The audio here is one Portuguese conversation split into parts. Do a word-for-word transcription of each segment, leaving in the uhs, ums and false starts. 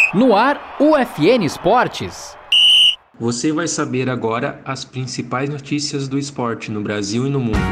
No ar, U F N Esportes. Você vai saber agora as principais notícias do esporte no Brasil e no mundo.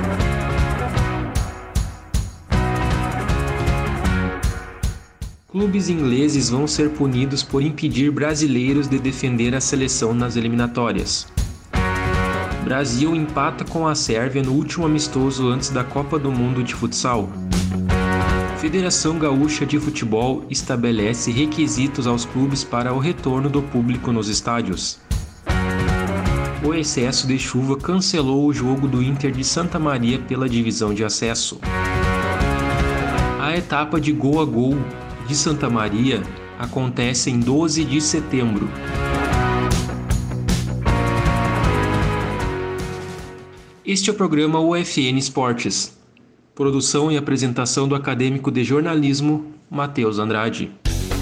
Clubes ingleses vão ser punidos por impedir brasileiros de defender a seleção nas eliminatórias. Brasil empata com a Sérvia no último amistoso antes da Copa do Mundo de Futsal. Federação Gaúcha de Futebol estabelece requisitos aos clubes para o retorno do público nos estádios. O excesso de chuva cancelou o jogo do Inter de Santa Maria pela divisão de acesso. A etapa de gol a gol de Santa Maria acontece em doze de setembro. Este é o programa U F N Esportes. Produção e apresentação do acadêmico de jornalismo, Matheus Andrade.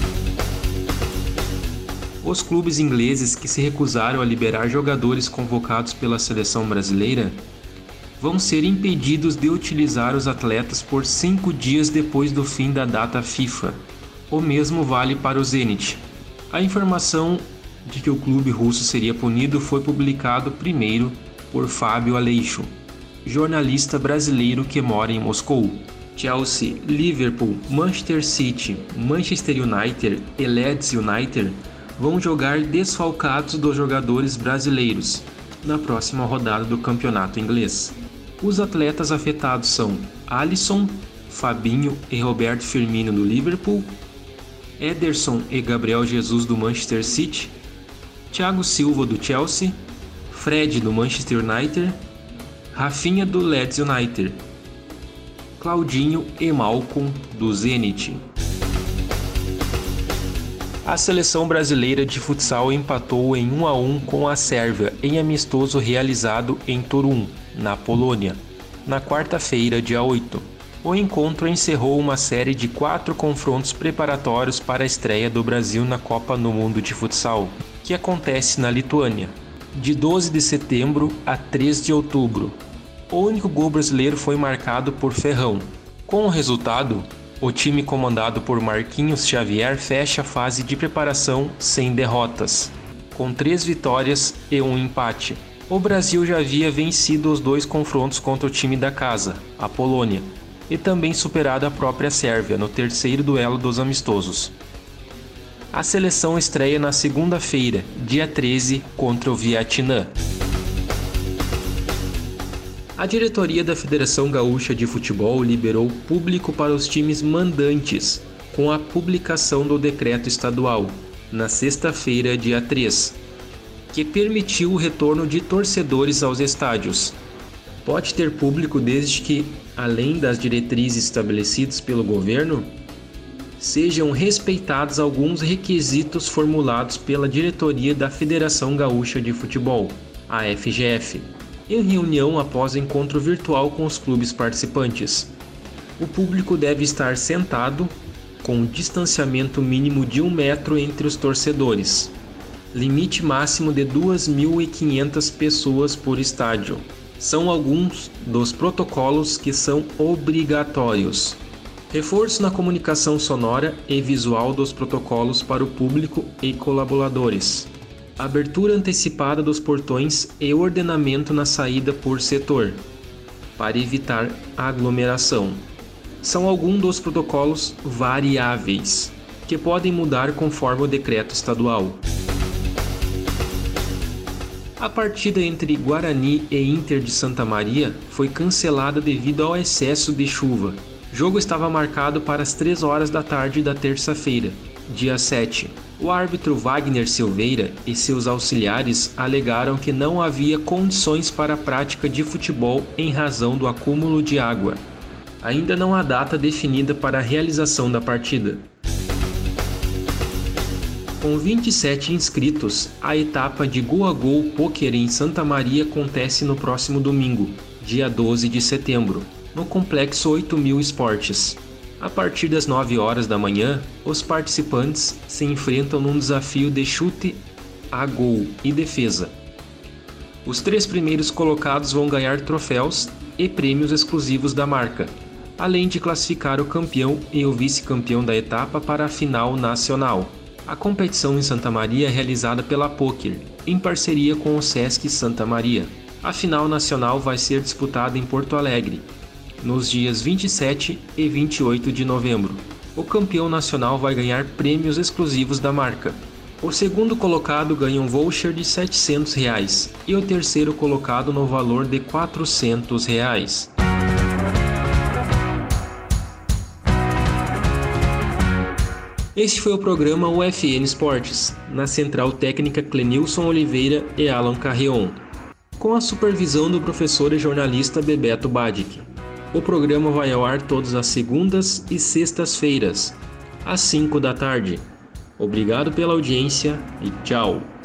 Os clubes ingleses que se recusaram a liberar jogadores convocados pela seleção brasileira vão ser impedidos de utilizar os atletas por cinco dias depois do fim da data FIFA. O mesmo vale para o Zenit. A informação de que o clube russo seria punido foi publicado primeiro por Fábio Aleixo, jornalista brasileiro que mora em Moscou. Chelsea, Liverpool, Manchester City, Manchester United e Leeds United vão jogar desfalcados dos jogadores brasileiros na próxima rodada do campeonato inglês. Os atletas afetados são Alisson, Fabinho e Roberto Firmino do Liverpool, Ederson e Gabriel Jesus do Manchester City, Thiago Silva do Chelsea, Fred do Manchester United, Rafinha do Leeds United, Claudinho e Malcom do Zenit. A seleção brasileira de futsal empatou em um a um com a Sérvia em amistoso realizado em Toruń, na Polônia, na quarta-feira, dia oito. O encontro encerrou uma série de quatro confrontos preparatórios para a estreia do Brasil na Copa do Mundo de Futsal, que acontece na Lituânia, de doze de setembro a três de outubro. O único gol brasileiro foi marcado por Ferrão. Com o resultado, o time comandado por Marquinhos Xavier fecha a fase de preparação sem derrotas, com três vitórias e um empate. O Brasil já havia vencido os dois confrontos contra o time da casa, a Polônia, e também superado a própria Sérvia no terceiro duelo dos amistosos. A seleção estreia na segunda-feira, dia treze, contra o Vietnã. A diretoria da Federação Gaúcha de Futebol liberou público para os times mandantes com a publicação do decreto estadual, na sexta-feira, dia três, que permitiu o retorno de torcedores aos estádios. Pode ter público desde que, além das diretrizes estabelecidas pelo governo, sejam respeitados alguns requisitos formulados pela diretoria da Federação Gaúcha de Futebol, a F G F, em reunião após encontro virtual com os clubes participantes. O público deve estar sentado, com um distanciamento mínimo de um metro entre os torcedores, limite máximo de duas mil e quinhentas pessoas por estádio. São alguns dos protocolos que são obrigatórios. Reforço na comunicação sonora e visual dos protocolos para o público e colaboradores. Abertura antecipada dos portões e ordenamento na saída por setor, para evitar aglomeração. São alguns dos protocolos variáveis, que podem mudar conforme o decreto estadual. A partida entre Guarani e Inter de Santa Maria foi cancelada devido ao excesso de chuva. O jogo estava marcado para as três horas da tarde da terça-feira, dia sete. O árbitro Wagner Silveira e seus auxiliares alegaram que não havia condições para a prática de futebol em razão do acúmulo de água. Ainda não há data definida para a realização da partida. Com vinte e sete inscritos, a etapa de Gol a Gol Poker em Santa Maria acontece no próximo domingo, dia doze de setembro, no Complexo oito mil Esportes. A partir das nove horas da manhã, os participantes se enfrentam num desafio de chute a gol e defesa. Os três primeiros colocados vão ganhar troféus e prêmios exclusivos da marca, além de classificar o campeão e o vice-campeão da etapa para a final nacional. A competição em Santa Maria é realizada pela Poker, em parceria com o Sesc Santa Maria. A final nacional vai ser disputada em Porto Alegre, nos dias vinte e sete e vinte e oito de novembro. O campeão nacional vai ganhar prêmios exclusivos da marca. O segundo colocado ganha um voucher de setecentos reais e o terceiro colocado no valor de quatrocentos reais. Este foi o programa U F N Esportes, na Central Técnica Clenilson Oliveira e Alan Carreon, com a supervisão do professor e jornalista Bebeto Badic. O programa vai ao ar todas as segundas e sextas-feiras, às cinco da tarde. Obrigado pela audiência e tchau!